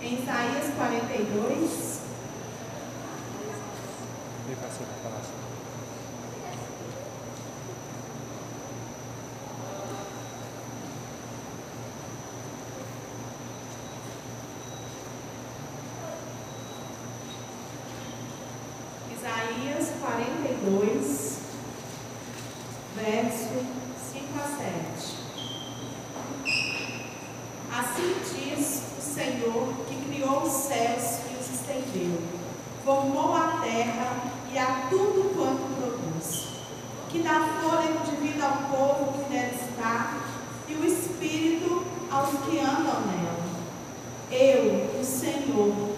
Em Isaías 42. Isaías 42, verso 5 a 7. Assim diz o Senhor, que criou os céus e os estendeu, formou a terra e a tudo quanto produz, que dá fôlego de vida ao povo que nela está, e o espírito aos que andam nela. Eu, o Senhor,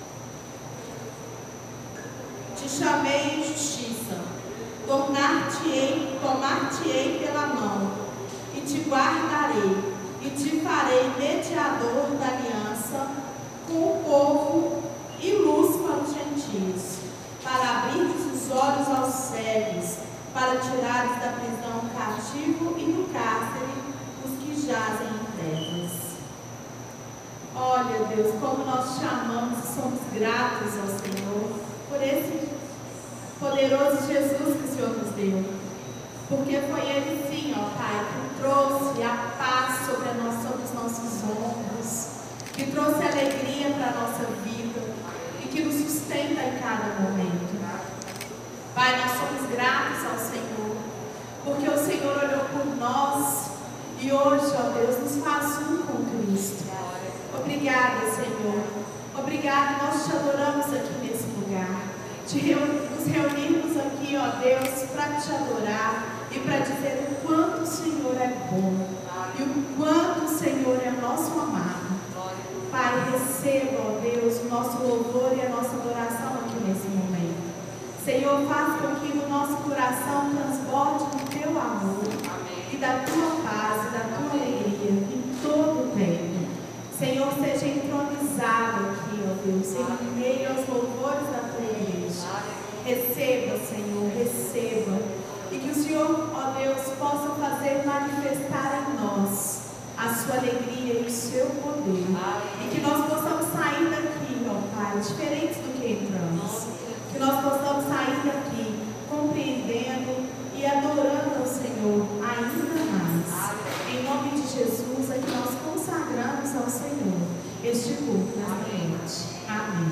te chamei em justiça, tomar-te-ei pela mão, e te guardarei, e te farei mediador da aliança com o povo e luz para os gentios, para abrir os olhos aos cegos, para tirares da prisão o cativo e do cárcere os que jazem em trevas. Olha, Deus, como nós te amamos e somos gratos ao Senhor por esse poderoso Jesus que o Senhor nos deu, porque foi Ele sim, ó Pai, que trouxe a paz sobre os nossos ombros, que trouxe alegria para a nossa vida e que nos sustenta em cada momento. Pai, nós somos gratos ao Senhor, porque o Senhor olhou por nós e hoje, ó Deus, nos faz um com Cristo. Obrigada, Senhor. Obrigada, nós te adoramos aqui nesse lugar. Nos reunirmos aqui, ó Deus, para te adorar e para dizer o quanto o Senhor é bom e o quanto o Senhor é nosso amado. Pai, receba, ó Deus, o nosso louvor e a nossa adoração aqui nesse momento. Senhor, faz com que no nosso coração transborde do teu amor e da tua paz e da tua alegria em todo o tempo. Senhor, seja entronizado aqui, ó Deus, em meio aos louvores da tua igreja. Receba, Senhor, receba. E que o Senhor, ó Deus, possa fazer manifestar em nós a sua alegria e o seu poder. E que nós possamos sair daqui, ó Pai, diferentes do que entramos. Que nós possamos sair daqui compreendendo e adorando ao Senhor ainda mais. Em nome de Jesus, é que nós consagramos ao Senhor este culto nesta noite. Amém.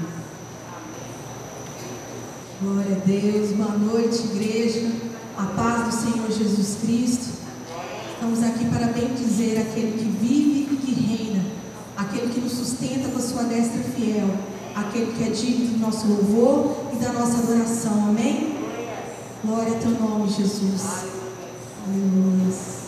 Glória a Deus, boa noite, igreja, a paz do Senhor Jesus Cristo. Estamos aqui para bendizer aquele que vive e que reina, aquele que nos sustenta com a sua destra fiel, aquele que é digno do nosso louvor e da nossa adoração, amém? Glória a teu nome, Jesus. Aleluia.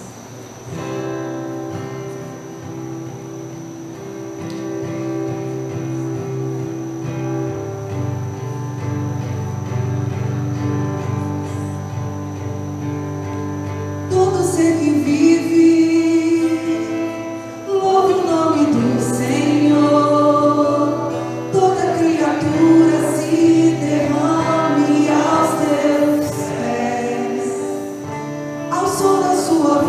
Sua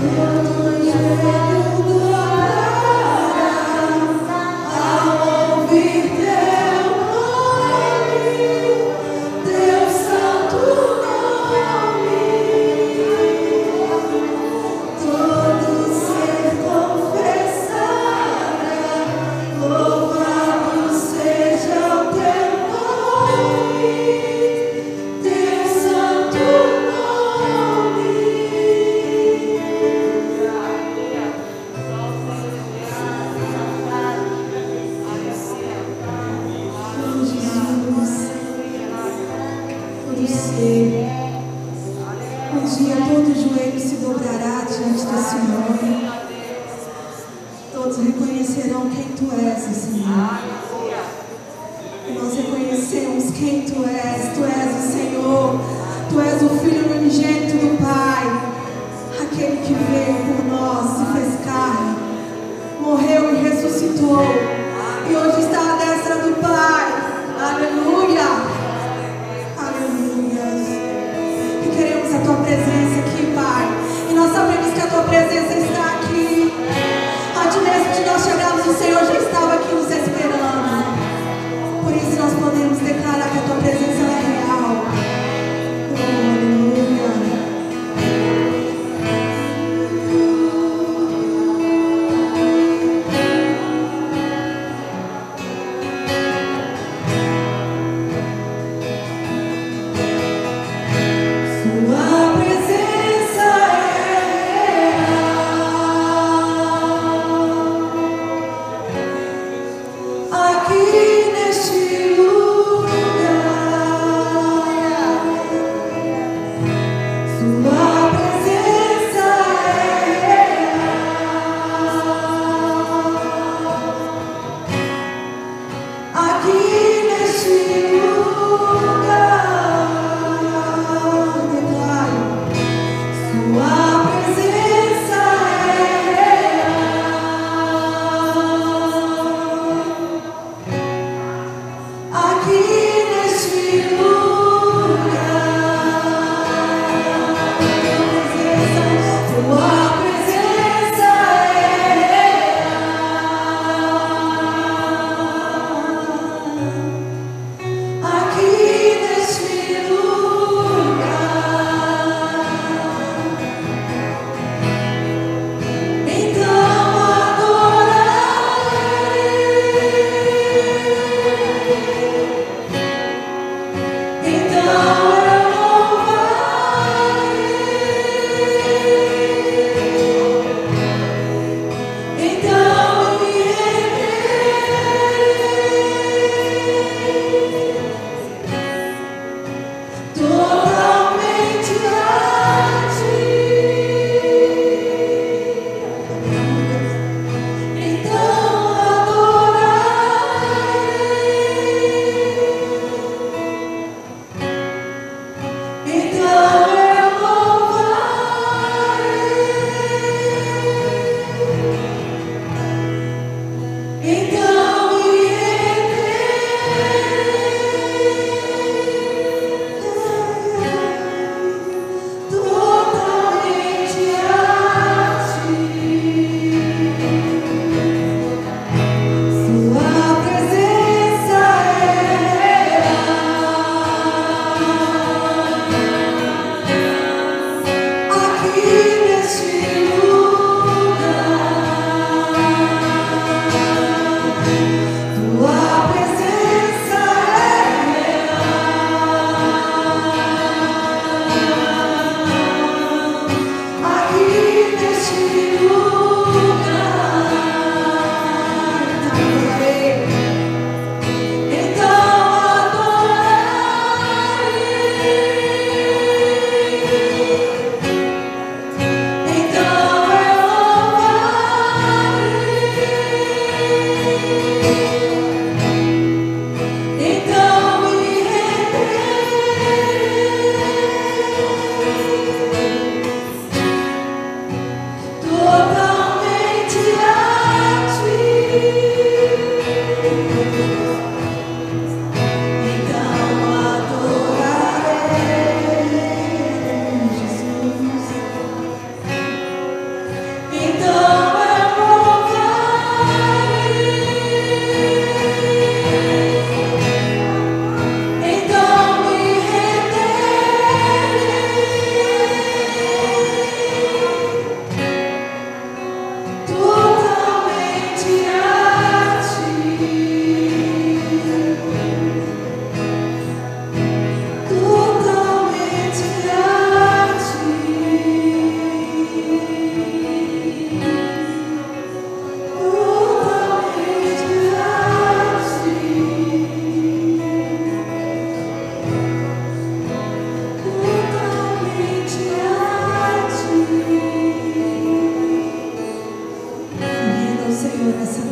Toda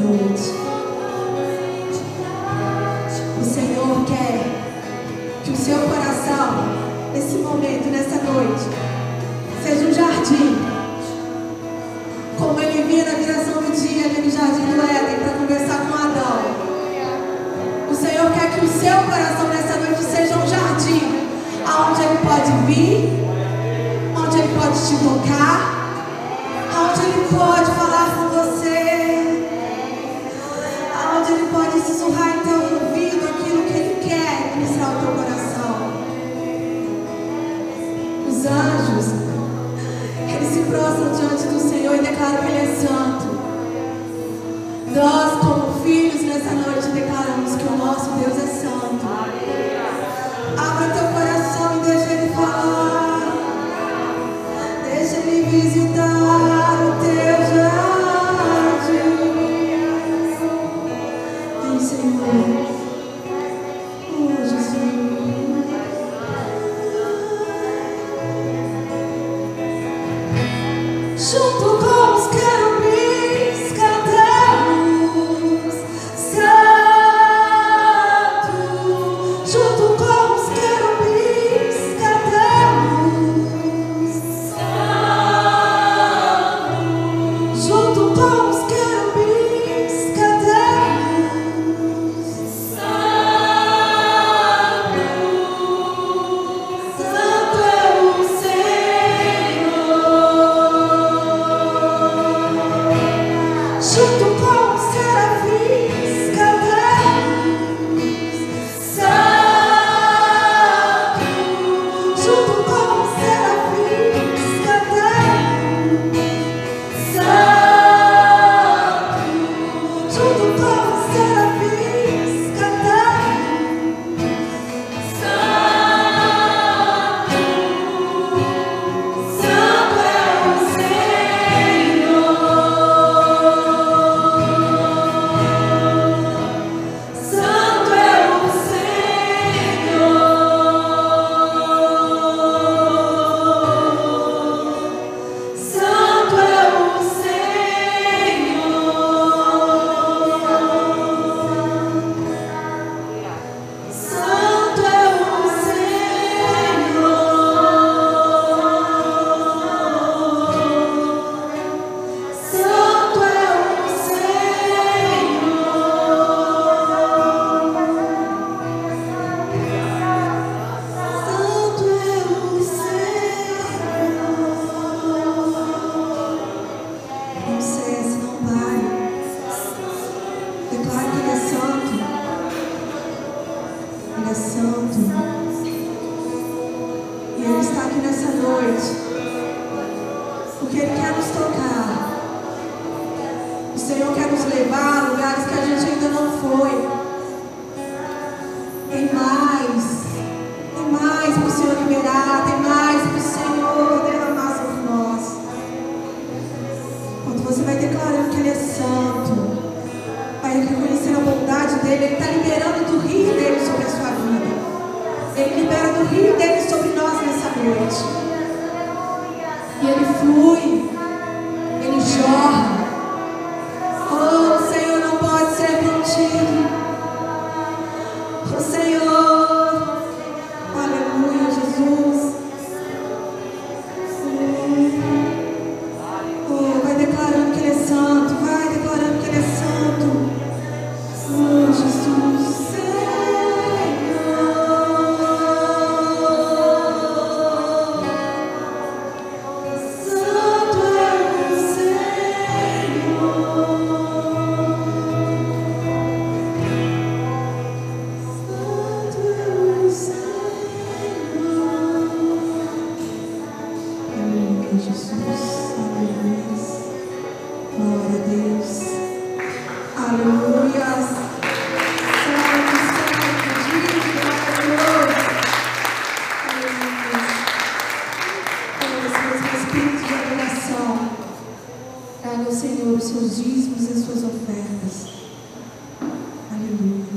noite. O Senhor quer que o seu coração, nesse momento, nessa noite, seja um jardim, como ele via na viração do dia ali no jardim do Éden para conversar com Adão. O Senhor quer que o seu coração nessa noite seja um jardim, aonde ele pode vir, onde ele pode te tocar, onde ele pode falar com você, onde ele pode sussurrar em teu ouvido aquilo que ele quer ministrar ao teu coração. Os anjos, eles se prostram diante do Senhor e declaram que ele é santo. Nós, como filhos, nessa noite declaramos que o nosso Deus é santo. Abra teu coração e deixa ele falar. Deixa ele visitar o teu jardim. Vem, Senhor. Oh, Jesus. Junto com os querubins cantamos santo. Junto com os querubins cantamos santo. Junto com os querubins cantamos santo. Santo é o Senhor. Junto com os serafins cantamos santo. Junto com os serafins cantamos santo. Junto com os serafins cantamos santo. Santo é o Senhor. Santo é o Senhor. Santo é o Senhor. Santo é o Senhor. Santo é o Senhor. Não cesse, não pare. Declare que ele é santo. Ele é santo. E ele está aqui nessa noite porque ele quer nos tocar. O Senhor quer nos levar a lugares que a gente ainda não foi. Tem mais para o Senhor liberar, tem mais para o Senhor derramar sobre nós. Quando você vai declarando que ele é santo, vai reconhecer a bondade dele, ele está liberando do rio dele sobre a sua vida. Ele libera do rio dele sobre nós nessa noite. E ele flui, ele jorra. Oh, o Senhor não pode ser contido. O Senhor, aleluia, Jesus. Oh, vai declarando que ele é santo, vai declarando que ele é santo. Oh, Jesus, Senhor. Santo é o Senhor. Santo é o Senhor. Aleluia, Jesus. Aleluia. Glória a Deus. Aleluia. Santo, santo, digno, maravilhoso. Aleluia. Oh, esse espírito de adoração. Traga ao Senhor os seus dízimos e as suas ofertas. Aleluia.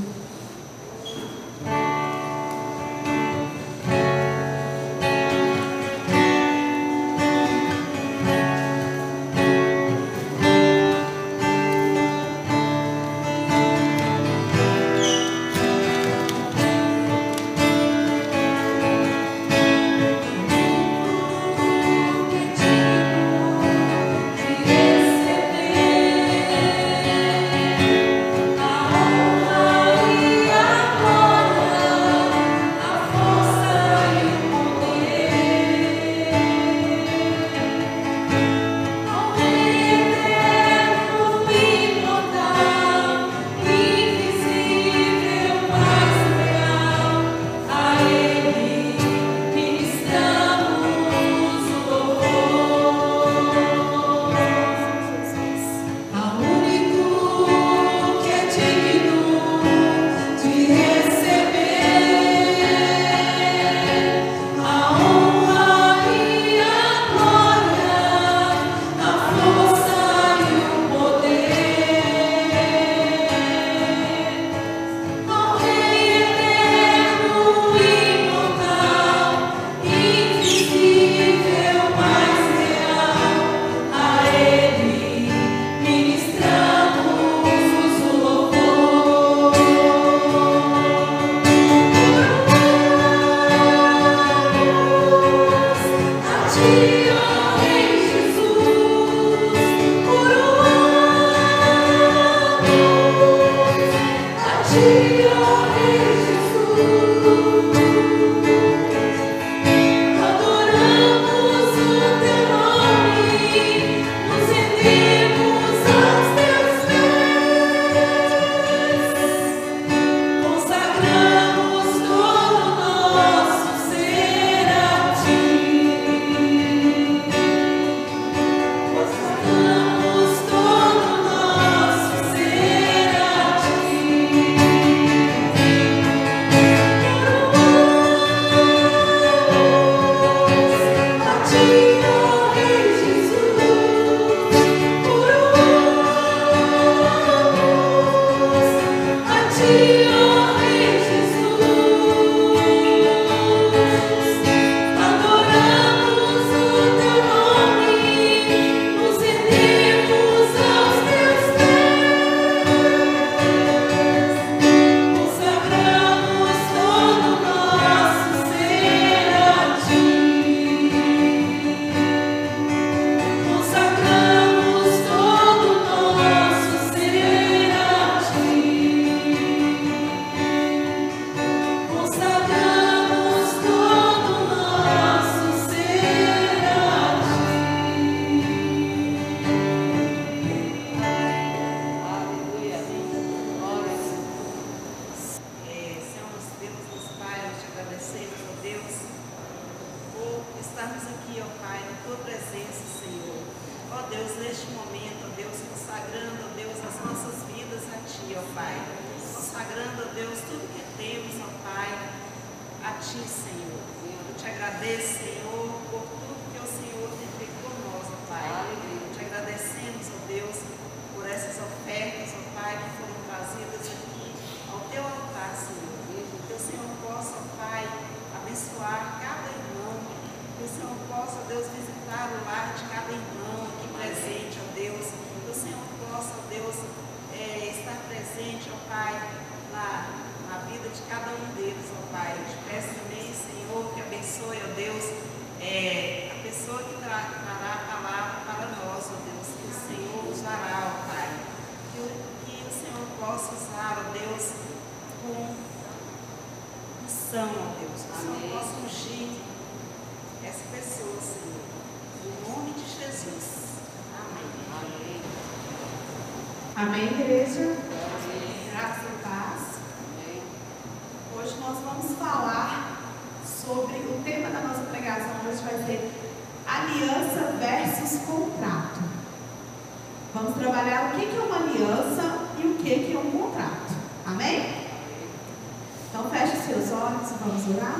neste momento, ó Deus, consagrando, ó Deus, as nossas vidas a Ti, ó Pai. Consagrando, ó Deus, tudo que temos, ó Pai, a Ti, Senhor. Eu te agradeço, Senhor, por tudo que o Senhor tem feito por nós, ó Pai. Te agradecemos, ó Deus, por essas ofertas, ó Pai, que foram trazidas aqui ao Teu altar, Senhor. Que o Senhor possa, ó Pai, abençoar cada irmão. Que o Senhor possa, ó Deus, visitar o lar de cada irmão aqui presente, ó Deus. Que o Senhor possa, ó Deus, estar presente, ó Pai, na vida de cada um deles, ó Pai. Eu te peço também, Senhor, que abençoe, ó Deus, a pessoa que trará a palavra para nós, ó Deus, que o Senhor usará, ó Pai. Que o Senhor possa usar, ó Deus, com unção, ó Deus. Que o Senhor possa ungir essa pessoa, Senhor. Em nome de Jesus. Amém. Amém, igreja? Graça e paz. Hoje nós vamos falar sobre o tema da nossa pregação. Hoje vai ser aliança versus contrato. Vamos trabalhar o que é uma aliança e o que é um contrato. Amém? Então feche seus olhos e vamos orar.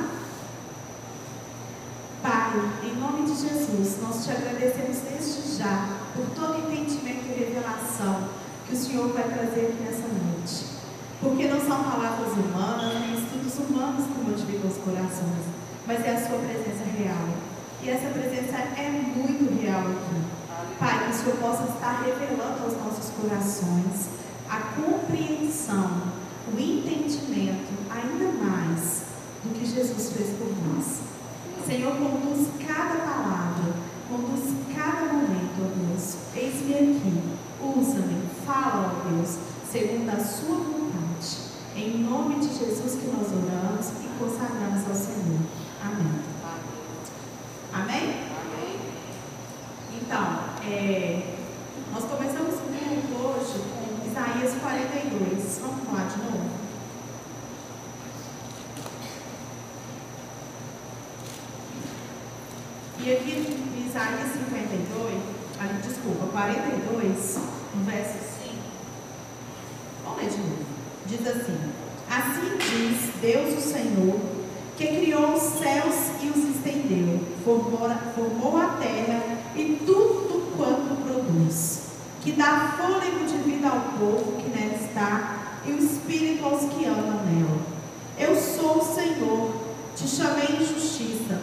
Pai, em nome de Jesus, nós te agradecemos desde já por todo entendimento e revelação que o Senhor vai trazer aqui nessa noite. Porque não são palavras humanas, nem estudos humanos que modificam os corações, mas é a sua presença real. E essa presença é muito real aqui. Pai, que o Senhor possa estar revelando aos nossos corações a compreensão, o entendimento ainda mais do que Jesus fez por nós. Senhor, conduz cada palavra, conduz cada momento, ó Deus. Eis-me aqui, usa-me, fala, ó Deus, segundo a sua vontade. Em nome de Jesus que nós oramos e consagramos ao Senhor. Amém. Amém? Amém. Então, nós começamos o culto hoje com Isaías 42. Vamos falar de novo? E aqui em Isaías 42, no verso 5, vamos ler de novo. Diz assim: assim diz Deus o Senhor, que criou os céus e os estendeu, formou a terra e tudo quanto produz, que dá fôlego de vida ao povo que nela está, e o espírito aos que andam nela. Eu sou o Senhor, te chamei em justiça,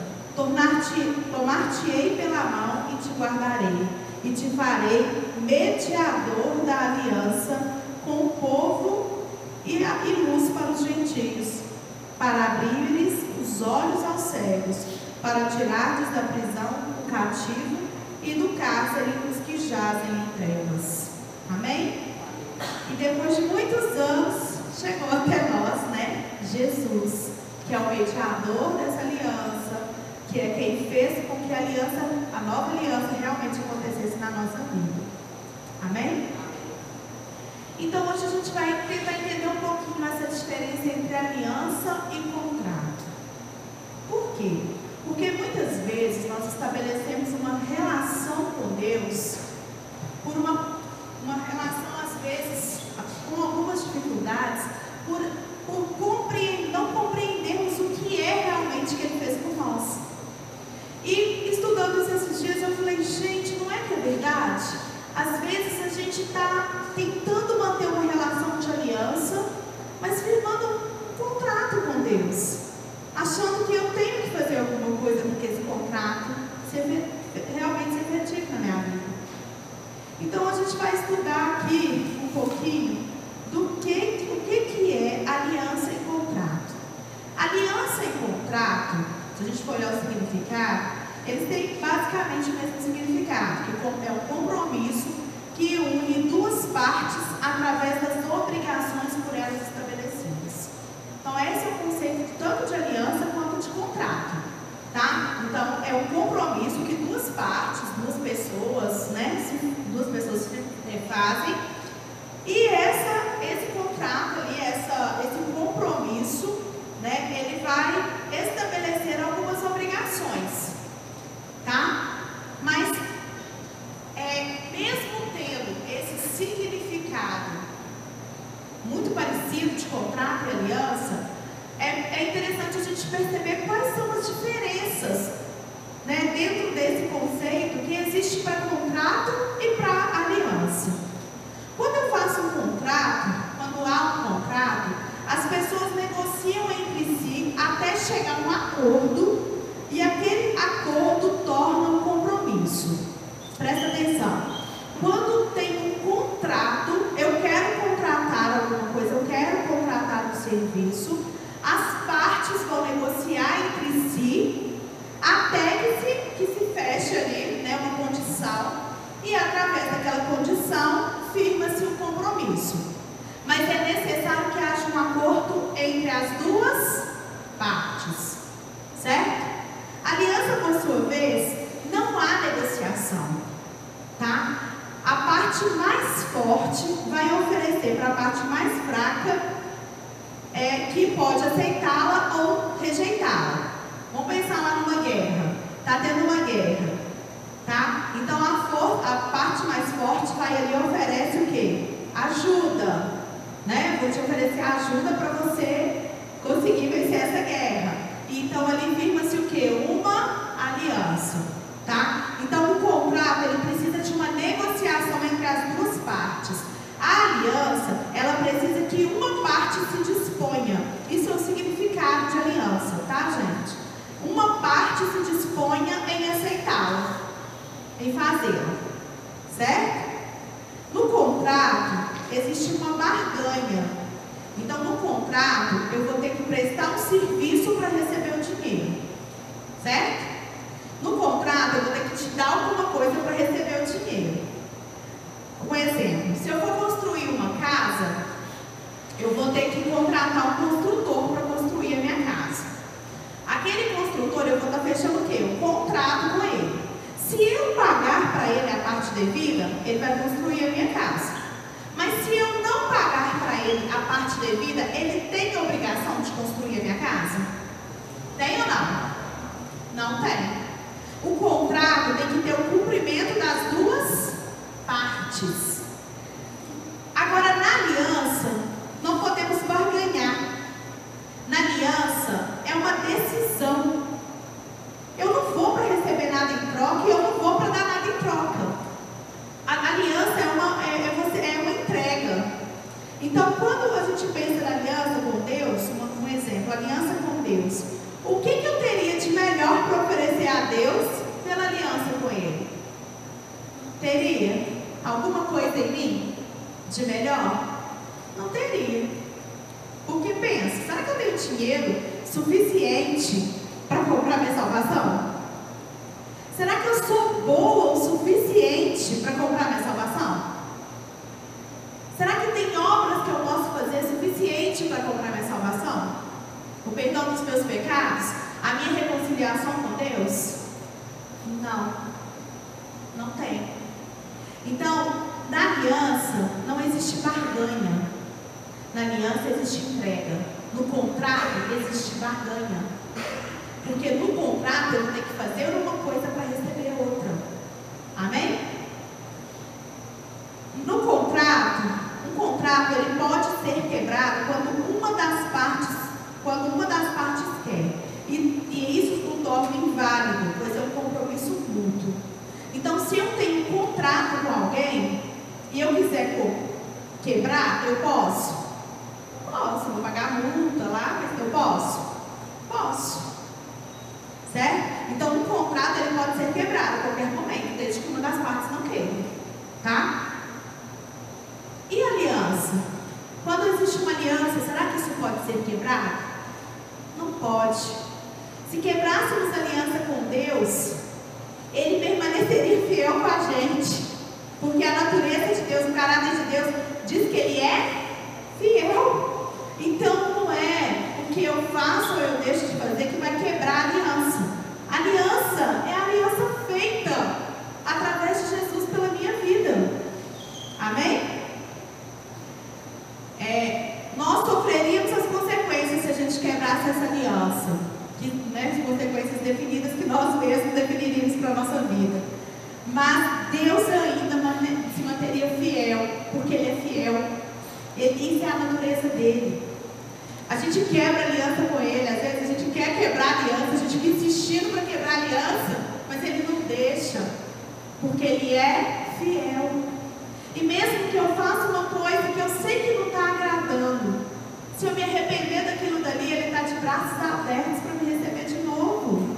tomar-te-ei pela mão e te guardarei, e te farei mediador da aliança com o povo e luz para os gentios, para abrir-lhes os olhos aos cegos, para tirar-lhes da prisão o cativo e do cárcere os que jazem em trevas. Amém? E depois de muitos anos, chegou até nós, né? Jesus, que é o mediador dessa aliança, que é quem fez com que a nova aliança realmente acontecesse na nossa vida. Amém? Então hoje a gente vai tentar entender um pouquinho essa diferença entre aliança e contrato. Por quê? Porque muitas vezes nós estabelecemos uma relação com Deus por uma relação, às vezes, com algumas dificuldades, por não compreendermos o que é realmente que Ele fez por nós. E estudando esses dias eu falei, gente, não é que é verdade? Às vezes a gente está tentando manter uma relação de aliança, mas firmando um contrato com Deus, achando que eu tenho que fazer alguma coisa porque esse contrato realmente se efetivo na minha vida. Então a gente vai estudar aqui um pouquinho o que é aliança e contrato. Aliança e contrato, se a gente for olhar o significado, eles têm basicamente o mesmo significado, que é um compromisso que une duas partes através das obrigações por elas estabelecidas. Então esse é o conceito tanto de aliança quanto de contrato, tá? Então é um compromisso que duas partes, duas pessoas, né, duas pessoas fazem, e esse contrato ali, esse compromisso, né, ele vai estabelecer algumas obrigações, tá? Mas parecido de contrato e aliança, é interessante a gente perceber quais são as diferenças, né, dentro desse conceito que existe para contrato e para aliança. Quando eu faço um contrato, quando há um contrato, as pessoas negociam entre si até chegar a um acordo, e aquele acordo torna um compromisso. Presta atenção. Quando tem um contrato, eu quero contratar alguma coisa, eu quero contratar um serviço, as partes vão negociar entre si até que se feche ali, né, uma condição, e através daquela condição firma-se um compromisso. Mas é necessário que haja um acordo entre as duas partes, certo? Aliança, por sua vez, não há negociação, tá? A parte mais forte vai oferecer para a parte mais fraca, que pode aceitá-la ou rejeitá-la. Vamos pensar lá numa guerra. Está tendo uma guerra, tá? Então a parte mais forte vai ali e oferece o quê? Ajuda, né? Vou te oferecer ajuda para você conseguir vencer essa guerra. Então ali firma-se o quê? Uma aliança, tá? Então o contrato, ele precisa de uma negociação entre as duas partes. A aliança, ela precisa que uma parte se disponha. Isso é o significado de aliança, tá, gente? Uma parte se disponha em aceitá-la, em fazê-la, certo? No contrato, existe uma barganha. Então, no contrato, eu vou ter que prestar um serviço para receber o dinheiro, certo? No contrato, eu vou ter que te dar alguma coisa para receber o dinheiro. Um exemplo, se eu for construir uma casa, eu vou ter que contratar um construtor para construir a minha casa. Aquele construtor, eu vou estar fechando o quê? Um contrato com ele. Se eu pagar para ele a parte devida, ele vai construir a minha casa. Mas se eu não pagar para ele a parte devida, ele tem a obrigação de construir a minha casa? Tem ou não? Não tem. O contrato tem que ter o cumprimento das duas partes. Agora, na aliança, não podemos barganhar. Na aliança, é uma decisão. Eu não vou para receber nada em troca e eu não vou para dar nada em troca. A aliança é uma entrega. Então, quando a gente pensa na aliança com Deus, um exemplo, aliança com Deus, o que eu teria de melhor para oferecer a Deus pela aliança com Ele? Teria alguma coisa em mim de melhor? Não teria. Porque pensa, será que eu tenho dinheiro suficiente para comprar minha salvação? Será que eu sou boa o suficiente para comprar minha salvação? Será que tem obras que eu posso fazer suficiente para comprar minha salvação? O perdão dos meus pecados? A minha reconciliação com Deus? Não. Não tem. Então, na aliança não existe barganha. Na aliança existe entrega. No contrato existe barganha. Porque no contrato eu vou ter que fazer uma coisa para receber outra. Amém? No contrato, um contrato ele pode ser quebrado quando uma das partes quer. E isso o torna inválido, pois é um compromisso mútuo. Então, se eu tenho um contrato com alguém e eu quiser quebrar, eu posso? Posso, vou pagar multa lá, mas eu posso? Posso. Certo? Então, um contrato ele pode ser quebrado a qualquer momento, desde que uma das partes não queira. Tá? E aliança? Quando existe uma aliança, será que isso pode ser quebrado? Não pode. Se quebrássemos aliança com Deus, Ele permaneceria fiel com a gente. Porque a natureza de Deus, o caráter de Deus, diz que Ele é fiel. Então não é o que eu faço ou eu deixo de fazer que vai quebrar a aliança. A aliança é a aliança feita através de Jesus pela minha vida. Amém? Nós sofreríamos as consequências se a gente quebrasse essa aliança. As consequências definidas que nós mesmos definiríamos para a nossa vida. Mas Deus ainda se manteria fiel, porque Ele é fiel. Ele isso é a natureza dele. A gente quebra aliança com ele, às vezes a gente quer quebrar aliança, a gente fica insistindo para quebrar aliança, mas ele não deixa, porque ele é fiel. E mesmo que eu faça uma coisa que eu sei que não está agradando, se eu me arrepender daquilo dali, ele está de braços abertos para me receber de novo.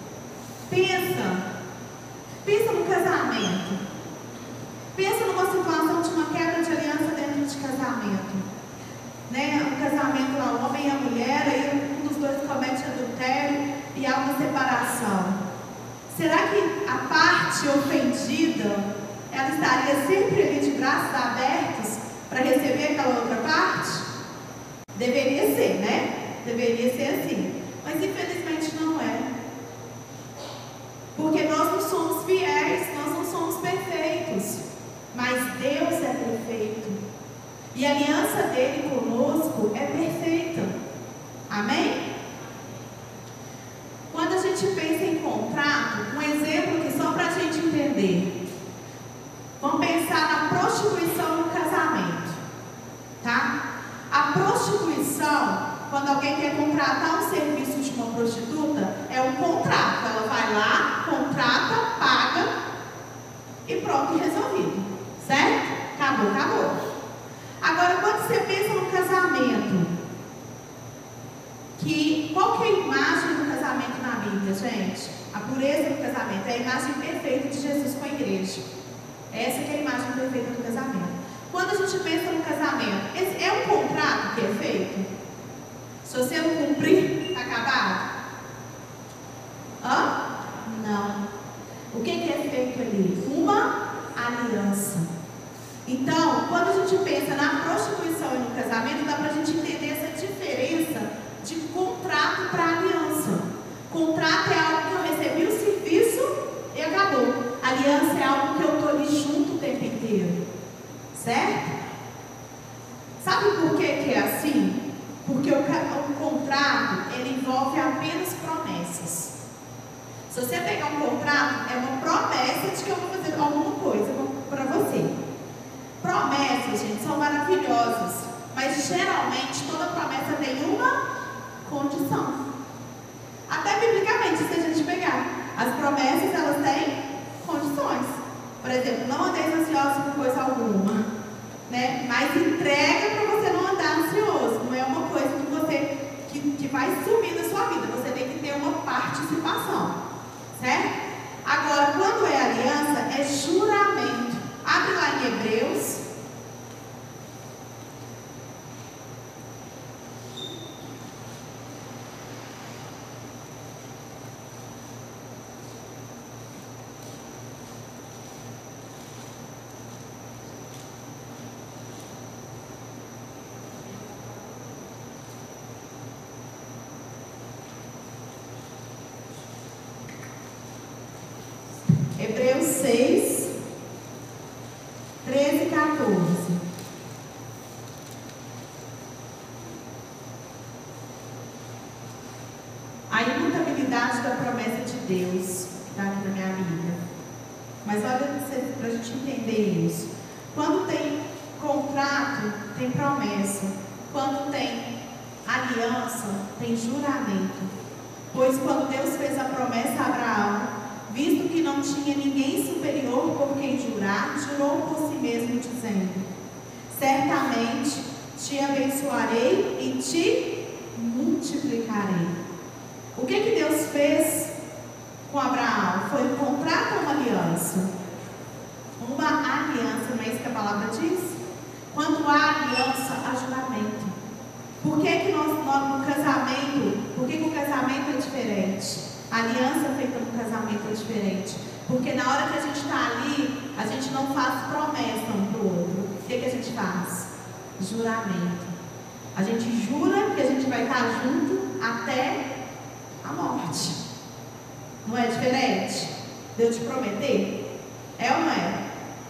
Pensa no casamento. Pensa numa situação de uma quebra de aliança dentro de casamento. Né? Um casamento lá, o homem e a mulher, aí um dos dois comete adultério e há uma separação. Será que a parte ofendida, ela estaria sempre ali de braços abertos para receber aquela outra parte? Deveria ser, né? Deveria ser assim. Mas infelizmente não é. Porque nós não somos fiéis, nós não somos perfeitos. Mas Deus é perfeito. E a aliança dele conosco é perfeita. Amém? Quando a gente pensa em contrato, um exemplo que só para a gente entender. Vamos pensar na prostituição no casamento. Tá? A prostituição, quando alguém quer contratar um serviço de uma prostituta, é um contrato. Ela vai lá, contrata, paga e pronto, resolvido. Certo? Acabou. Agora, quando você pensa no casamento, qual que é a imagem do casamento na Bíblia, gente? A pureza do casamento é a imagem perfeita de Jesus com a igreja. Essa que é a imagem perfeita do casamento. Quando a gente pensa no casamento, esse é um contrato que é feito? Se você não cumprir, está acabado? Não. O que é feito ali? Uma aliança. Então, quando a gente pensa na prostituição e no casamento, dá para a gente entender essa diferença de contrato para aliança. Contrato é algo que eu recebi o serviço e acabou. Aliança é algo que eu estou ali junto o tempo inteiro. Certo? Sabe por que é assim? Porque o contrato, ele envolve apenas promessas. Se você pegar um contrato, é uma promessa de que eu vou fazer alguma coisa para você. Promessas, gente, são maravilhosas, mas geralmente toda promessa tem uma condição. Até biblicamente, se a gente pegar, as promessas, elas têm condições. Por exemplo, não andeis ansiosos por coisa alguma, né? Mas entrega para você não andar ansioso. Não é uma coisa que vai sumir da sua vida. Você tem que ter uma participação, certo? Agora, quando é aliança, é juramento. Abre lá em Hebreus. Hebreus 6, 13 e 14. A imutabilidade da promessa de Deus, que está aqui na minha Bíblia. Mas olha para a gente entender isso. Quando tem contrato, tem promessa. Quando tem aliança, tem juramento. Pois quando Deus fez a promessa a Abraão, visto que não tinha ninguém superior por quem jurar, jurou por si mesmo, dizendo: certamente te abençoarei e te multiplicarei. O que Deus fez com Abraão? Foi um contrato ou uma aliança? Uma aliança, não é isso que a palavra diz? Quando há aliança, há juramento. Por que nós no casamento, por que o casamento é diferente? A aliança feita no casamento é diferente. Porque na hora que a gente está ali, a gente não faz promessa um para o outro. O que a gente faz? Juramento. A gente jura que a gente vai estar junto até a morte. Não é diferente? Deus te prometer? É ou não é?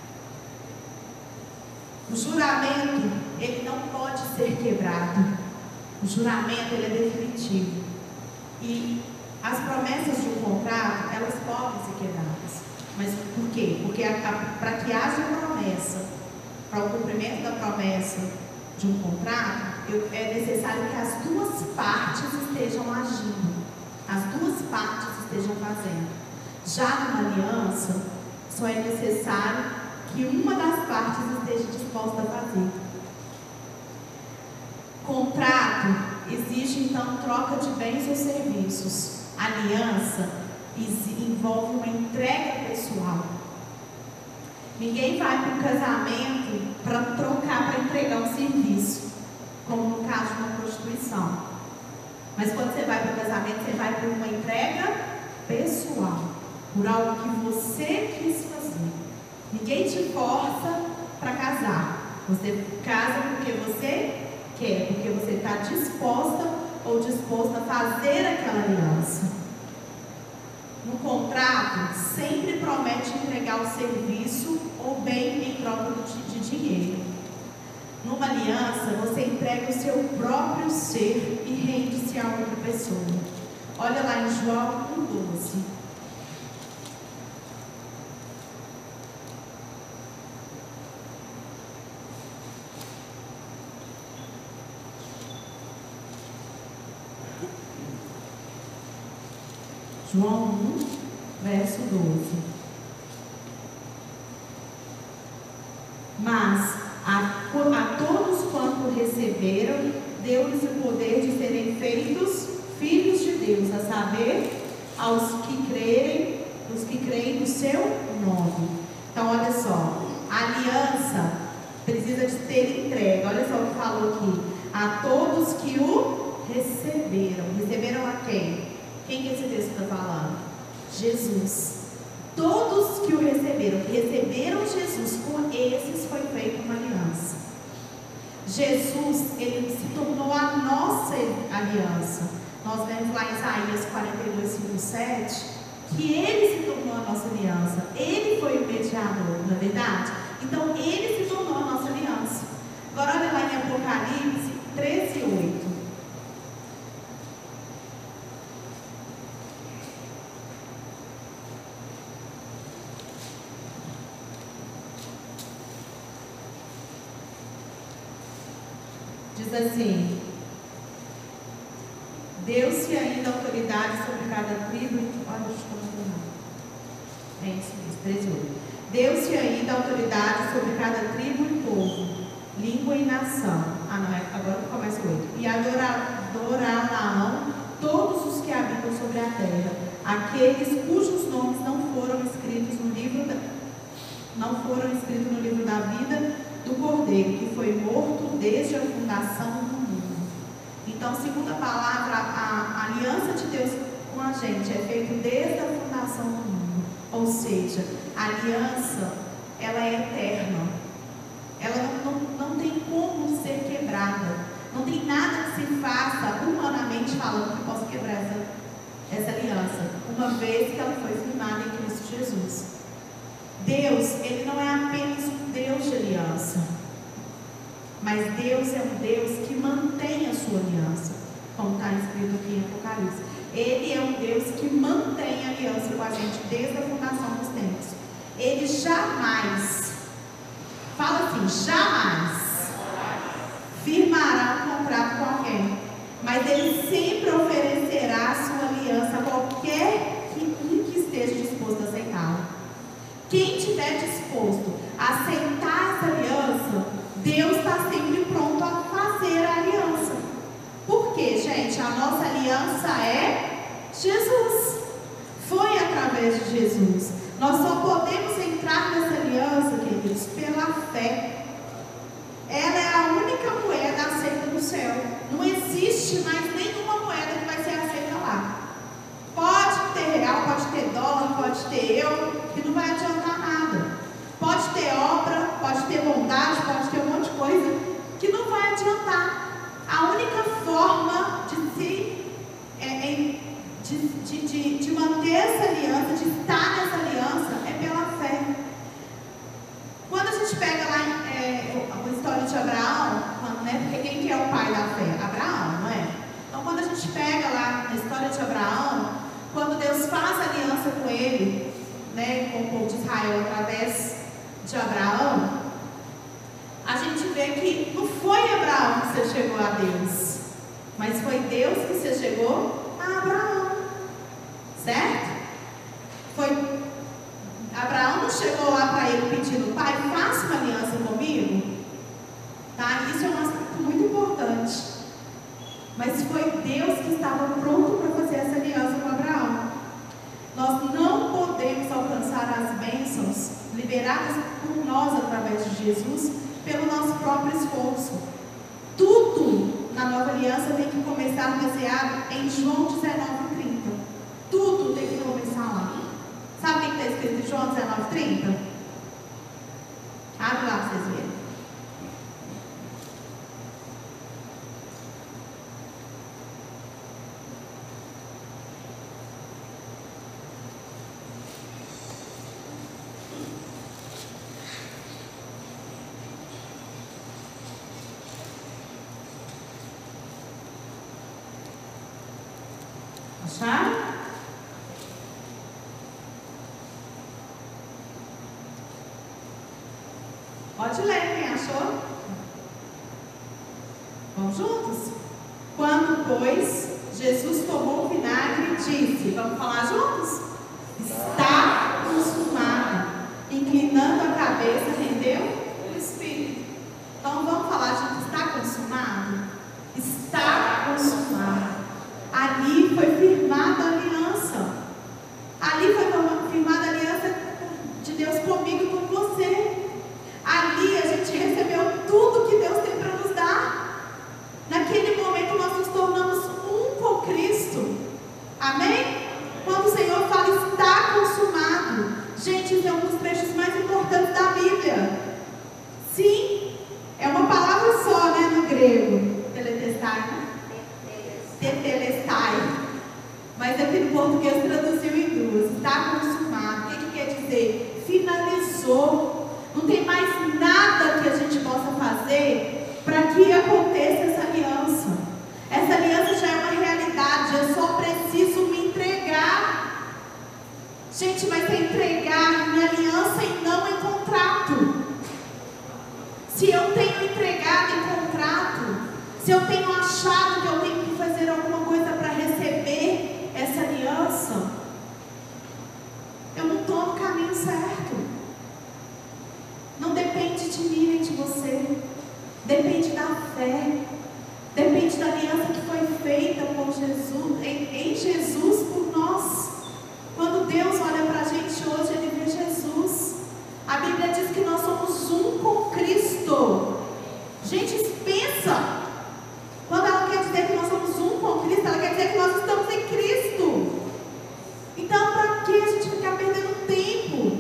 O juramento, ele não pode ser quebrado. O juramento, ele é definitivo. E as promessas de um contrato, elas podem ser quebradas. Mas por quê? Porque para que haja promessa, para o cumprimento da promessa, de um contrato, é necessário que as duas partes estejam agindo, as duas partes estejam fazendo. Já numa aliança, só é necessário que uma das partes esteja disposta a fazer. Contrato exige então troca de bens ou serviços. Aliança envolve uma entrega pessoal. Ninguém vai para um casamento para trocar, para entregar um serviço, como no caso de uma prostituição. Mas quando você vai para o casamento, você vai por uma entrega pessoal, por algo que você quis fazer. Ninguém te força para casar. Você casa porque você quer, porque você está disposta ou disposto a fazer aquela aliança. No contrato, sempre promete entregar o serviço ou bem em troca de dinheiro. Numa aliança, você entrega o seu próprio ser e rende-se a outra pessoa. Olha lá em João 1,12. João 1, verso 12. Mas a todos quanto receberam, deu-lhes o poder de serem feitos filhos de Deus, a saber, aos que creem no seu nome. Então, olha só, a aliança precisa de ter entrega. Olha só o que falou aqui. A todos que o receberam. Receberam a quem? Quem que esse texto está falando? Jesus. Todos que o receberam Jesus, com esses foi feita uma aliança. Jesus, ele se tornou a nossa aliança. Nós lemos lá em Isaías 42, 5, 7, que ele se tornou a nossa aliança. Ele foi o mediador, não é verdade? Então, ele se tornou a nossa aliança. Agora, olha lá em Apocalipse 13, 8. Diz assim: deu-se ainda autoridade sobre cada tribo. Olha, deixa eu continuar. É isso mesmo, 13:8. Deu-se ainda autoridade sobre cada tribo e povo, língua e nação. Não, agora começa o 8. E adorarão todos os que habitam sobre a terra, aqueles cujos nomes não foram escritos no livro da vida do Cordeiro, que foi morto desde a fundação do mundo. Então, segundo a palavra, a aliança de Deus com a gente é feita desde a fundação do mundo. Ou seja, a aliança, ela é eterna. Ela não tem como ser quebrada. Não tem nada que se faça humanamente falando que possa quebrar essa aliança, uma vez que ela foi firmada em Cristo Jesus. Deus, ele não é apenas um Deus de aliança, mas Deus é um Deus que mantém a sua aliança, como está escrito aqui em Apocalipse. Ele é um Deus que mantém a aliança com a gente desde a fundação dos tempos. Ele jamais, fala assim, jamais firmará um contrato com alguém, mas ele sempre oferecerá a sua aliança a qualquer que esteja disposto a aceitá-la. Quem estiver disposto a aceitar essa aliança, Deus está sempre pronto a fazer a aliança. Por quê, gente? A nossa aliança é Jesus. Foi através de Jesus. Nós só podemos entrar nessa aliança, queridos, pela fé. Ela é a única moeda aceita no céu. Não existe mais nenhuma moeda que vai ser aceita lá. Pode ter real, pode ter dólar, pode ter euro, que não vai adiantar nada. Pode ter obra, pode ter bondade, pode ter um monte de coisa que não vai adiantar. A única forma de manter essa aliança, de estar nessa aliança, é pela fé. Quando a gente pega lá a história de Abraão, né, porque quem que é o pai da fé? Abraão, não é? Então, quando a gente pega lá a história de Abraão, quando Deus faz aliança com ele, né, com o povo de Israel através de Abraão, a gente vê que não foi Abraão que se chegou a Deus, mas foi Deus que se chegou a Abraão, certo? Abraão não chegou lá para ele pedindo: pai, faça uma aliança comigo, tá? Isso é um aspecto muito importante, mas foi Deus que estava pronto para fazer essa aliança com Abraão. Nós não podemos alcançar as bênçãos liberadas por nós através de Jesus pelo nosso próprio esforço. Tudo na nova aliança tem que começar baseado em João 19:30. Tudo tem que começar lá. Sabe o que está escrito em João 19:30? Abre lá para vocês verem. Acharam? Pode ler, quem achou? Vamos juntos? Quando, pois, Jesus tomou o vinagre e disse: vamos falar juntos? Está consumado. Inclinando a cabeça, rendeu o Espírito. Então vamos falar juntos: está consumado? Está consumado. Ali foi firmada a aliança. Ali foi firmada a aliança de Deus comigo e com você. Ali a gente recebeu tudo que Deus tem para nos dar. Naquele momento nós nos tornamos um com Cristo. Amém? Quando o Senhor fala está consumado, gente, isso é um dos trechos mais importantes da Bíblia. Sim, é uma palavra só, né, no grego. Tetelestai, né? Tetelestai. Mas aqui no português traduziu em duas. Está consumado. O que quer dizer? Finalizou. Não tem mais nada que a gente possa fazer para que aconteça essa aliança. Essa aliança já é uma realidade. Eu só preciso me entregar. Gente, mas é entregar em aliança e não em contrato. Se eu tenho entregado em contrato, se eu tenho achado que eu tenho que fazer alguma coisa para receber essa aliança, eu não estou no caminho certo. Não depende de mim nem de você. Depende da fé. Depende da aliança que foi feita por Jesus, em Jesus por nós. Quando Deus olha para a gente hoje, Ele vê Jesus. A Bíblia diz que nós somos um com Cristo. Gente, pensa. Quando ela quer dizer que nós somos um com Cristo, ela quer dizer que nós estamos em Cristo. Então, para que a gente ficar perdendo tempo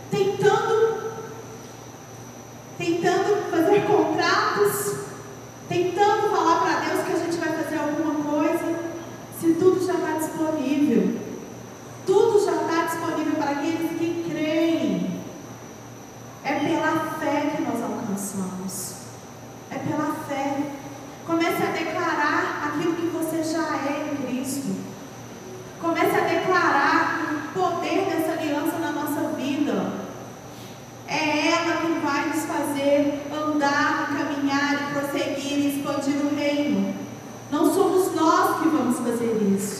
tentando fazer contratos, tentando falar para Deus que a gente vai fazer alguma coisa, se tudo já está disponível? Tudo já está disponível para aqueles que creem. É pela fé que nós alcançamos. É pela fé. Comece a declarar aquilo que você já é em Cristo. Comece a declarar o poder dessa aliança na nossa vida. É ela que vai nos fazer andar, caminhar e prosseguir e expandir o reino. Não somos nós que vamos fazer isso.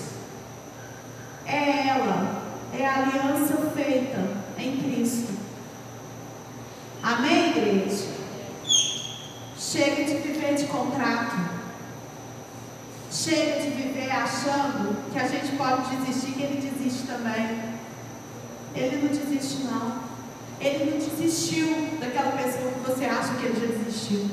É ela. É a aliança feita em Cristo. Amém, igreja? Chega de viver de contrato. Chega de viver achando que a gente pode desistir, que Ele desiste também. Ele não desiste, não. Ele não desistiu daquela pessoa que você acha que Ele já desistiu.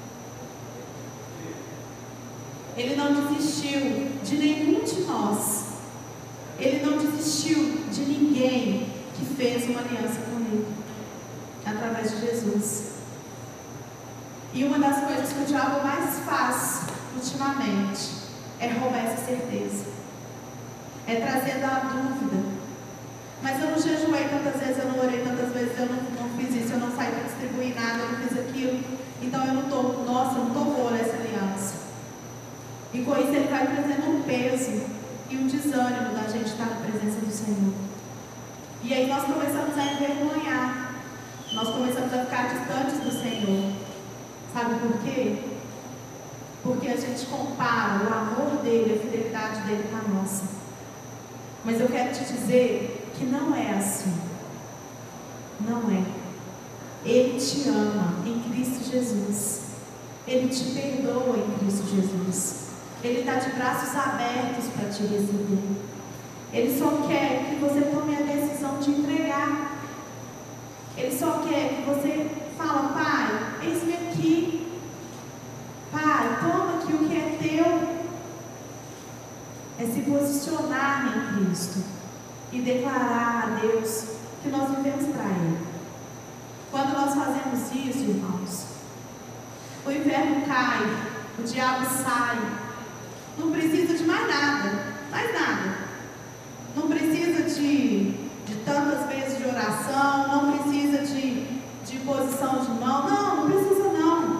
Ele não desistiu de nenhum de nós. Ele não desistiu de ninguém que fez uma aliança com Ele, através de Jesus. E uma das coisas que o diabo mais faz ultimamente é roubar essa certeza, é trazer a dúvida. Mas eu não jejuei tantas vezes, eu não orei tantas vezes, eu não fiz isso, eu não saí para distribuir nada, eu não fiz aquilo. Então eu não estou, nossa, eu não estou boa nessa aliança. E com isso ele vai trazendo um peso e um desânimo da gente estar na presença do Senhor. E aí nós começamos a envergonhar, nós começamos a ficar distantes do Senhor. Sabe quê? Porque a gente compara o amor dele, a fidelidade dele com a nossa. Mas eu quero te dizer que não é assim. Não é. Ele te ama em Cristo Jesus. Ele te perdoa em Cristo Jesus. Ele está de braços abertos para te receber. Ele só quer que você tome a decisão de entregar. Ele só quer que você fale: Pai, eis-me aqui. Pai, toma aqui o que é teu. É se posicionar em Cristo e declarar a Deus que nós vivemos para Ele. Quando nós fazemos isso, irmãos, o inferno cai, o diabo sai. Não precisa de mais nada, Não precisa de tantas vezes de oração, não precisa de posição de mão, não precisa não.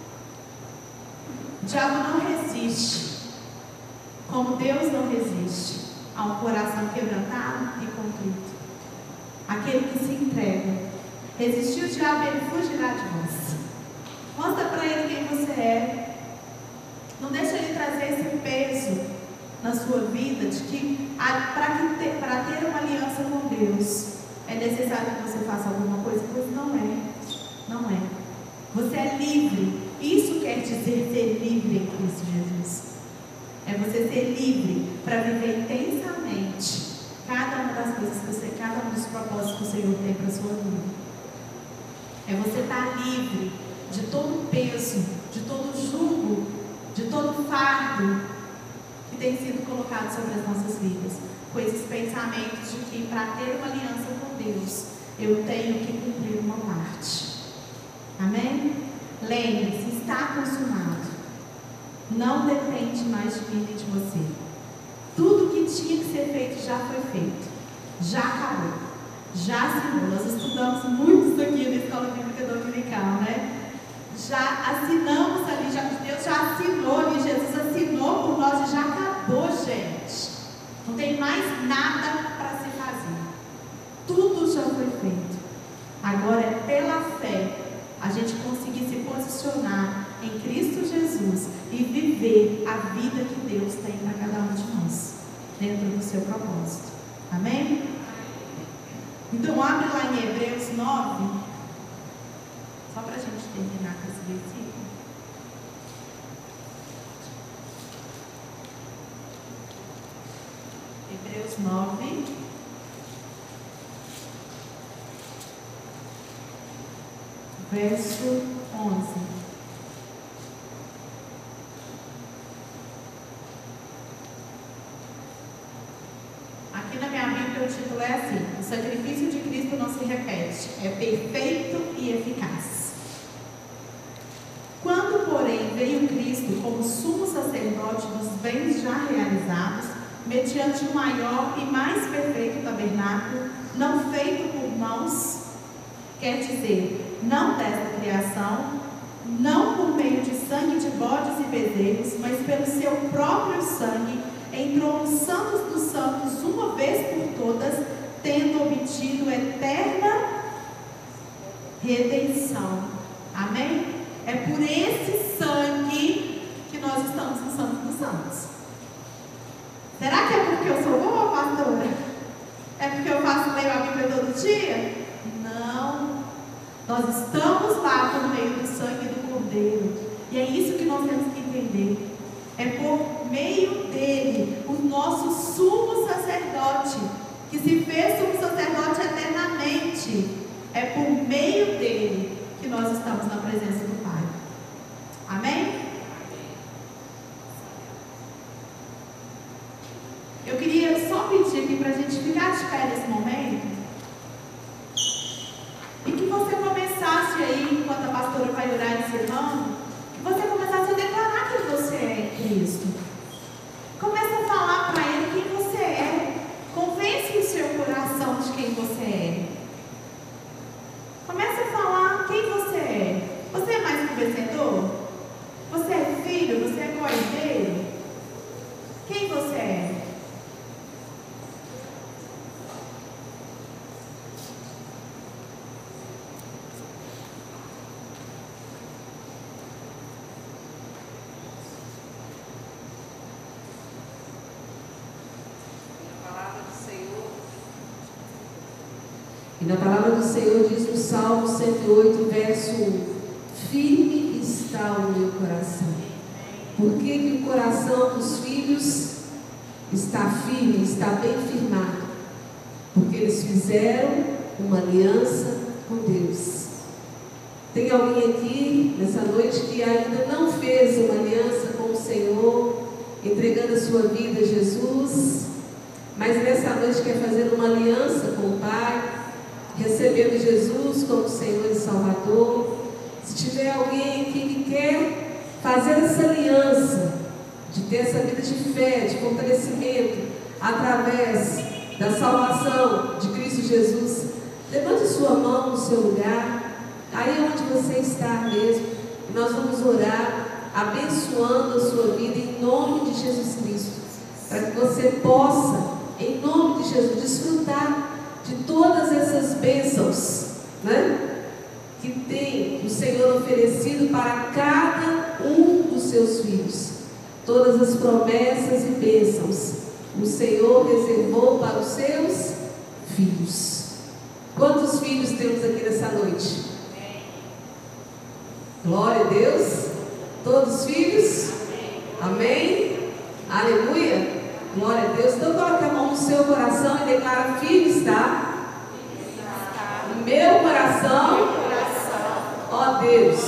O diabo não resiste, como Deus não resiste a um coração quebrantado e contrito. Aquele que se entrega. Resistir o diabo, ele fugirá de vós. Mostra para ele quem você é. Não deixa ele trazer esse peso na sua vida de que para ter uma aliança com Deus é necessário que você faça alguma coisa, pois não é. Não é. Você é livre. Isso quer dizer ser livre em Cristo Jesus. É você ser livre para viver intensamente cada uma das coisas cada um dos propósitos que o Senhor tem para a sua vida. É você estar livre de todo peso, de todo jugo, de todo fardo que tem sido colocado sobre as nossas vidas, com esses pensamentos de que para ter uma aliança com Deus, eu tenho que cumprir uma parte. Amém? Lembre-se, está consumado. Não depende mais de mim nem de você. Tudo que tinha que ser feito já foi feito. Já acabou. Já assinou. Nós estudamos muito isso aqui na Escola Bíblica Dominical, né? Já assinamos ali, Deus já assinou ali, Jesus assinou por nós e já acabou, gente. Não tem mais nada para se fazer. Tudo já foi feito. Agora é pela fé a gente conseguir se posicionar em Cristo Jesus e viver a vida que Deus tem para cada um de nós, dentro do seu propósito. Amém? Então abre lá em Hebreus 9, só para a gente terminar com esse versículo. Hebreus 9, verso 11. Aqui na minha Bíblia o título é assim: o sacrifício de Cristo não se repete, é perfeito e eficaz. Quando, porém, veio Cristo como sumo sacerdote dos bens já realizados, mediante um maior e mais perfeito tabernáculo, não feito por mãos, quer dizer, não desta criação, não por meio de sangue de bodes e bezerros, mas pelo seu próprio sangue, entrou nos santos dos santos uma vez por todas, tendo obtido eterna redenção. Amém? É por esse sangue que nós estamos no santo dos santos. Será que é porque eu sou boa, pastora? É porque eu leio a Bíblia todo dia? Não. Nós estamos lá por meio do sangue do Cordeiro. E é isso que nós temos que entender. É por meio dele, o nosso sumo sacerdote, que se fez sumo sacerdote eternamente. É por meio dele que nós estamos na presença do Pai. Amém? Eu queria só pedir aqui para a gente ficar de pé nesse momento e que você começasse aí, enquanto a pastora vai orar encerrando, que você começasse a declarar quem você é em Cristo. Comece a falar para Ele quem você é. Convence o seu coração de quem você é. Comece a falar quem você é. Você é mais que vencedor? Você é filho? Você é cordeiro? Quem você é? E na palavra do Senhor diz no Salmo 108, verso 1: firme está o meu coração. Por que que o coração dos filhos está firme, está bem firmado? Porque eles fizeram uma aliança com Deus. Tem alguém aqui nessa noite que ainda não fez uma aliança com o Senhor, entregando a sua vida a Jesus, mas nessa noite quer fazer uma aliança com o Pai, recebendo Jesus como Senhor e Salvador? Se tiver alguém aqui que quer fazer essa aliança, de ter essa vida de fé, de fortalecimento, através da salvação de Cristo Jesus, levante sua mão no seu lugar, aí onde você está mesmo, e nós vamos orar, abençoando a sua vida em nome de Jesus Cristo, para que você possa, em nome de Jesus, desfrutar de todas essas bênçãos, né, que tem o Senhor oferecido para cada um dos seus filhos. Todas as promessas e bênçãos o Senhor reservou para os seus filhos. Quantos filhos temos aqui nessa noite? Glória a Deus. Todos filhos? Amém? Aleluia. Glória a Deus. Então coloque a mão no seu coração e declara: firme está o meu coração, ó Deus,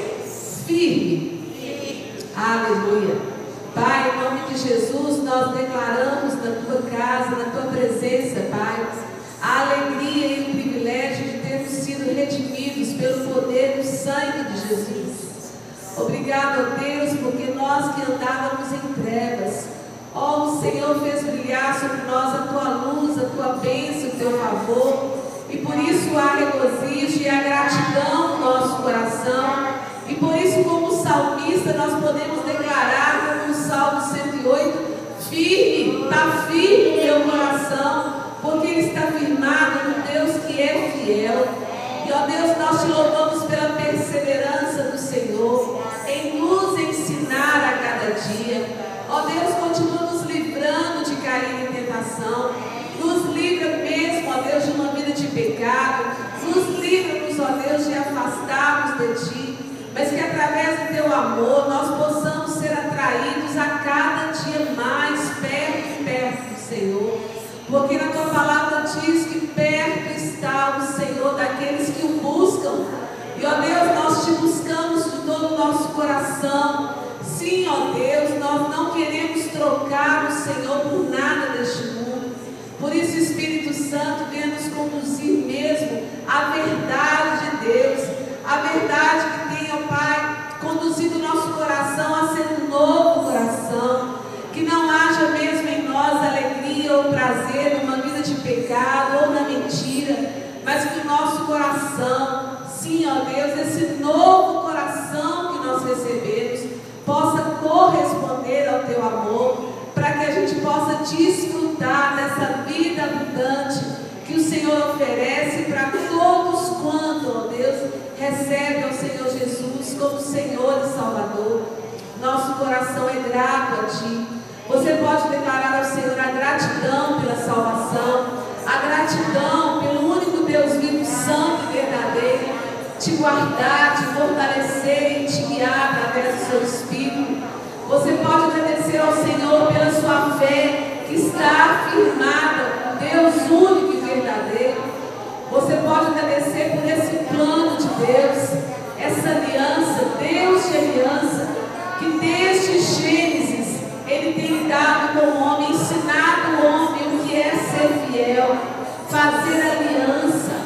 firme. Aleluia. Pai, em nome de Jesus, nós declaramos na tua casa, na tua presença, Pai, a alegria e o privilégio de termos sido redimidos pelo poder do sangue de Jesus. Obrigado, ó Deus, porque nós que andávamos em trevas, ó, o Senhor fez brilhar sobre nós a tua luz, a tua bênção, o teu favor, e por isso há regozijo e há gratidão no nosso coração. E por isso, como salmista, nós podemos declarar, como no Salmo 108, firme, está firme o meu coração, porque ele está firmado no Deus que é fiel. E ó Deus, nós te louvamos pela perseverança do Senhor, em nos ensinar a cada dia. Ó Deus, continua nos livrando de cair em tentação, nos livra mesmo, ó Deus, de uma vida de pecado, nos livra-nos, ó Deus, de afastarmos de Ti, mas que através do Teu amor nós possamos ser atraídos a cada dia mais perto e perto do Senhor, porque na Tua palavra diz que perto está o Senhor daqueles que o buscam. E ó Deus, nós Te buscamos de todo o nosso coração. Sim, ó Deus, nós não queremos trocar o Senhor por nada deste mundo. Por isso, Espírito Santo, venha nos conduzir mesmo à verdade de Deus, a verdade que tem, ó Pai, conduzido o nosso coração a ser um novo coração, que não haja mesmo em nós alegria ou prazer numa vida de pecado ou na mentira, mas que o nosso coração, sim, ó Deus, esse novo coração que nós recebemos, possa corresponder ao Teu amor, para que a gente possa desfrutar dessa vida abundante que o Senhor oferece para todos quanto, ó Deus, recebe ao Senhor Jesus como Senhor e Salvador. Nosso coração é grato a Ti. Você pode declarar ao Senhor a gratidão pela salvação, a gratidão pelo único Deus vivo, santo e verdadeiro, te guardar, te fortalecer e te guiar através do seu Espírito. Você pode agradecer ao Senhor pela sua fé que está firmada, Deus único e verdadeiro. Você pode agradecer por esse plano de Deus, essa aliança, Deus de aliança, que desde Gênesis Ele tem dado com o homem, ensinado o homem o que é ser fiel, fazer aliança.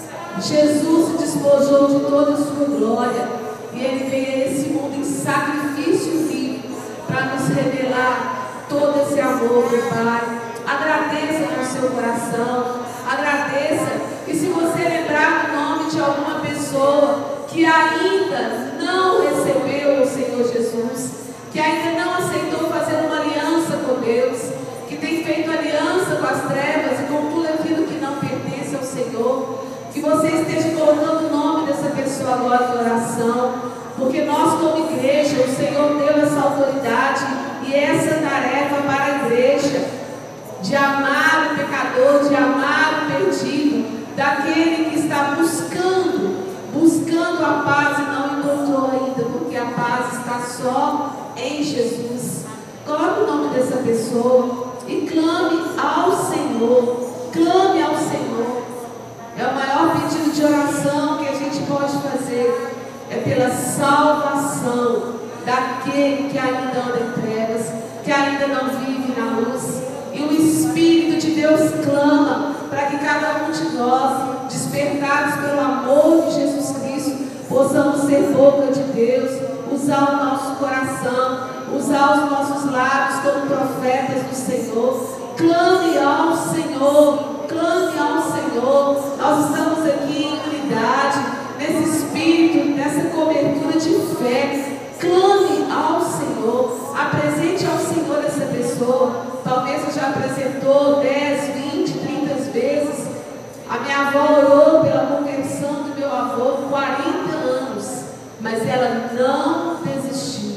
Jesus se despojou de toda a sua glória e Ele veio a esse mundo em sacrifício vivo para nos revelar todo esse amor do Pai. Agradeça com o seu coração, agradeça. E se você lembrar do nome de alguma pessoa que ainda não recebeu o Senhor Jesus, que ainda não aceitou fazer uma aliança com Deus, que tem feito aliança com as trevas e com tudo aquilo que não pertence ao Senhor, que você esteja colocando o nome dessa pessoa agora em oração, porque nós como igreja, o Senhor deu essa autoridade e essa tarefa para a igreja, de amar o pecador, de amar o perdido, daquele que está buscando a paz e não encontrou ainda, porque a paz está só em Jesus. Coloque o nome dessa pessoa e clame ao Senhor. Clame ao Senhor. É o maior pedido de oração que a gente pode fazer. É pela salvação daquele que ainda anda em trevas, que ainda não vive na luz. E o Espírito de Deus clama para que cada um de nós, despertados pelo amor de Jesus Cristo, possamos ser boca de Deus, usar o nosso coração, usar os nossos lábios como profetas do Senhor. Clame ao Senhor, clame ao Senhor. Nós estamos aqui em unidade, nesse espírito, nessa cobertura de fé. Clame ao Senhor, apresente ao Senhor essa pessoa. Talvez você já apresentou 10, 20, 30 vezes. A minha avó orou pela conversão do meu avô 40 anos, mas ela não desistiu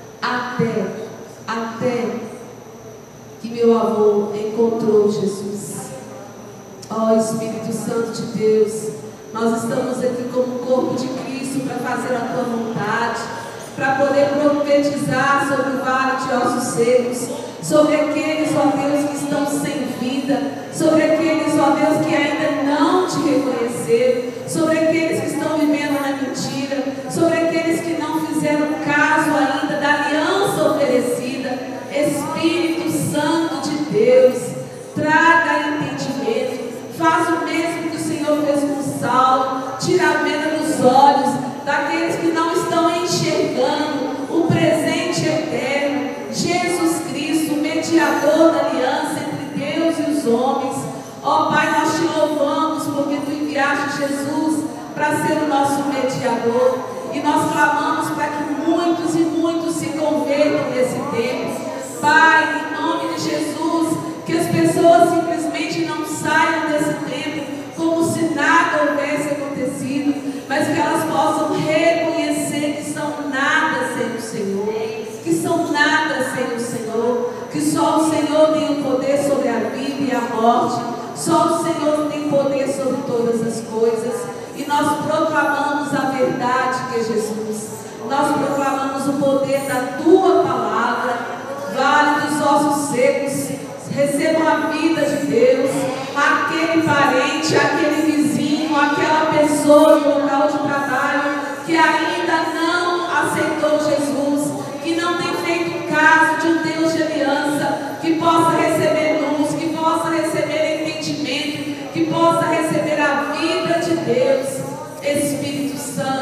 até que meu avô encontrou Jesus. Ó Espírito Santo de Deus, nós estamos aqui como corpo de Cristo para fazer a tua vontade, para poder profetizar sobre o vale de ossos secos, sobre aqueles, ó Deus, que estão sem vida, sobre aqueles, ó Deus, que ainda não te reconheceram, sobre aqueles que estão vivendo na mentira, sobre aqueles que não fizeram caso ainda da aliança oferecida. Espírito Santo de Deus, traga entendimento, faz o mesmo que o Senhor fez com Saulo, tira a venda dos olhos daqueles que não estão enxergando o presente eterno, Jesus Cristo, mediador da aliança entre Deus e os homens. Ó Pai, nós te louvamos porque tu enviaste Jesus para ser o nosso mediador, e nós clamamos para que muitos e muitos se convertam nesse tempo. Pai, em nome de Jesus, que as pessoas simplesmente não saiam desse tempo como se nada houvesse acontecido, mas que elas possam reconhecer que são nada sem o Senhor, que são nada sem o Senhor, que só o Senhor tem o poder sobre a vida e a morte, só o Senhor tem poder sobre todas as coisas. E nós proclamamos a verdade que é Jesus, nós proclamamos o poder da tua palavra. Vale dos ossos secos, recebam a vida de Deus. Aquele parente, aquele vizinho, aquela pessoa no local de trabalho que ainda não aceitou Jesus, que não tem feito caso de um Deus de aliança, que possa receber luz, que possa receber entendimento, que possa receber a vida de Deus. Espírito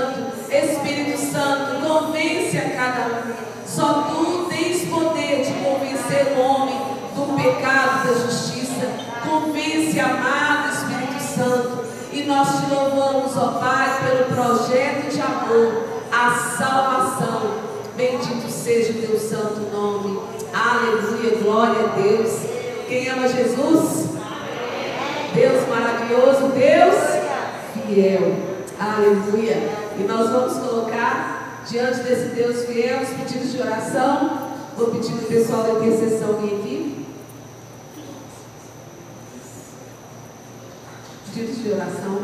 Santo, convence a cada um. Só tu tens poder de convencer o homem do pecado, da justiça. Convence, amado Espírito Santo. E nós te louvamos, ó Pai, pelo projeto de amor, a salvação. Bendito seja o teu santo nome. Aleluia, glória a Deus. Quem ama Jesus? Deus maravilhoso, Deus fiel. Aleluia. E nós vamos colocar diante desse Deus fiel os pedidos de oração. Vou pedir para o pessoal da intercessão vir aqui. Pedidos de oração.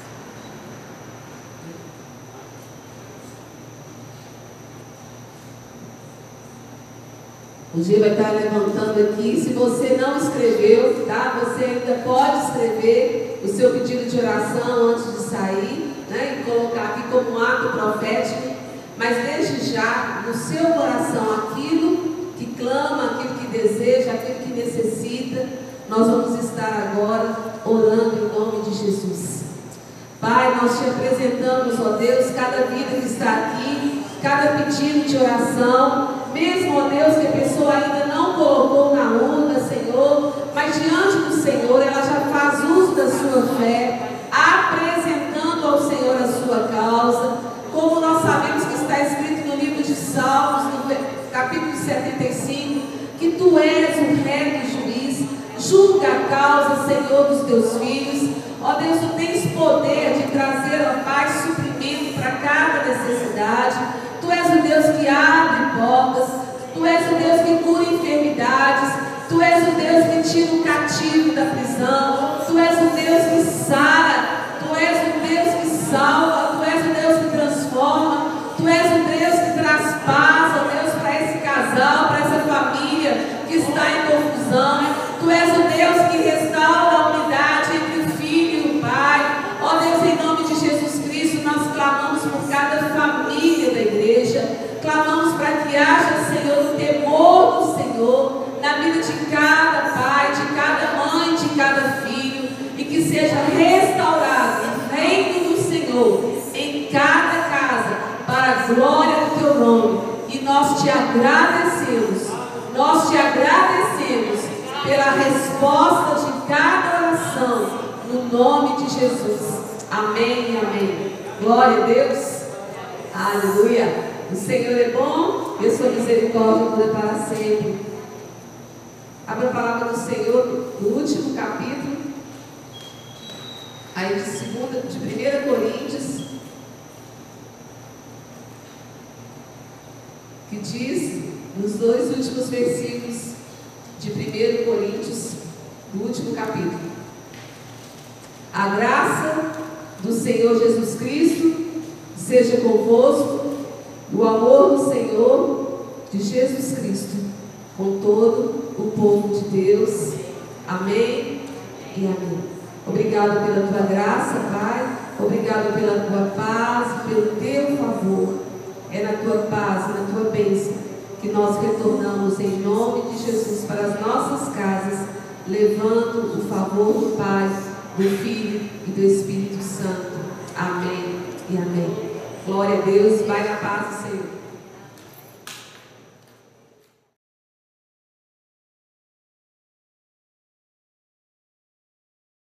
O G vai estar levantando aqui. Se você não escreveu, tá? Você ainda pode escrever o seu pedido de oração antes de sair, né? E colocar aqui como um ato profético. Mas desde já, no seu coração, aquilo que clama, aquilo que deseja, aquilo que necessita, nós vamos estar agora orando em nome de Jesus. Pai, nós te apresentamos, ó Deus, cada vida que está aqui, cada pedido de oração, mesmo, ó Deus, que a pessoa ainda não colocou na urna, Senhor, mas diante do Senhor, ela já faz uso da sua fé, apresentando ao Senhor a sua causa, como nós sabemos que está escrito no livro de Salmos, no capítulo 75, que tu és o reto juiz, julga a causa, Senhor, dos teus filhos. Ó Deus, tu tens poder de trazer, ó Pai, suprimento para cada necessidade. Tu és o Deus que abre portas, tu és o Deus que cura enfermidades, tu és o Deus que tira o cativo da prisão, tu és o Deus que sara salva, Tu és o Deus que transforma, Tu és o Deus que traz paz, ó Deus, para esse casal, para essa família que está em confusão. Tu és o Deus que restaura a unidade entre o filho e o pai. Ó Deus, em nome de Jesus Cristo, nós clamamos por cada família da igreja, clamamos para que haja, Senhor, o temor do Senhor na vida de cada pai, de cada mãe, de cada filho, e que seja restaurado o reino do Senhor em cada casa, para a glória do Teu nome. E nós te agradecemos pela resposta de cada oração, no nome de Jesus. Amém e amém. Glória a Deus. Aleluia. O Senhor é bom e a sua misericórdia dura para sempre. Abra a palavra do Senhor no último capítulo, aí de 1 Coríntios, que diz, nos 2 últimos versículos de 1 Coríntios, do último capítulo: a graça do Senhor Jesus Cristo seja convosco, o amor do Senhor de Jesus Cristo com todo o povo de Deus. Amém e amém. Obrigado pela Tua graça, Pai. Obrigado pela Tua paz, pelo Teu favor. É na Tua paz, na Tua bênção que nós retornamos em nome de Jesus para as nossas casas, levando o favor do Pai, do Filho e do Espírito Santo. Amém e amém. Glória a Deus. Vai na paz do Senhor.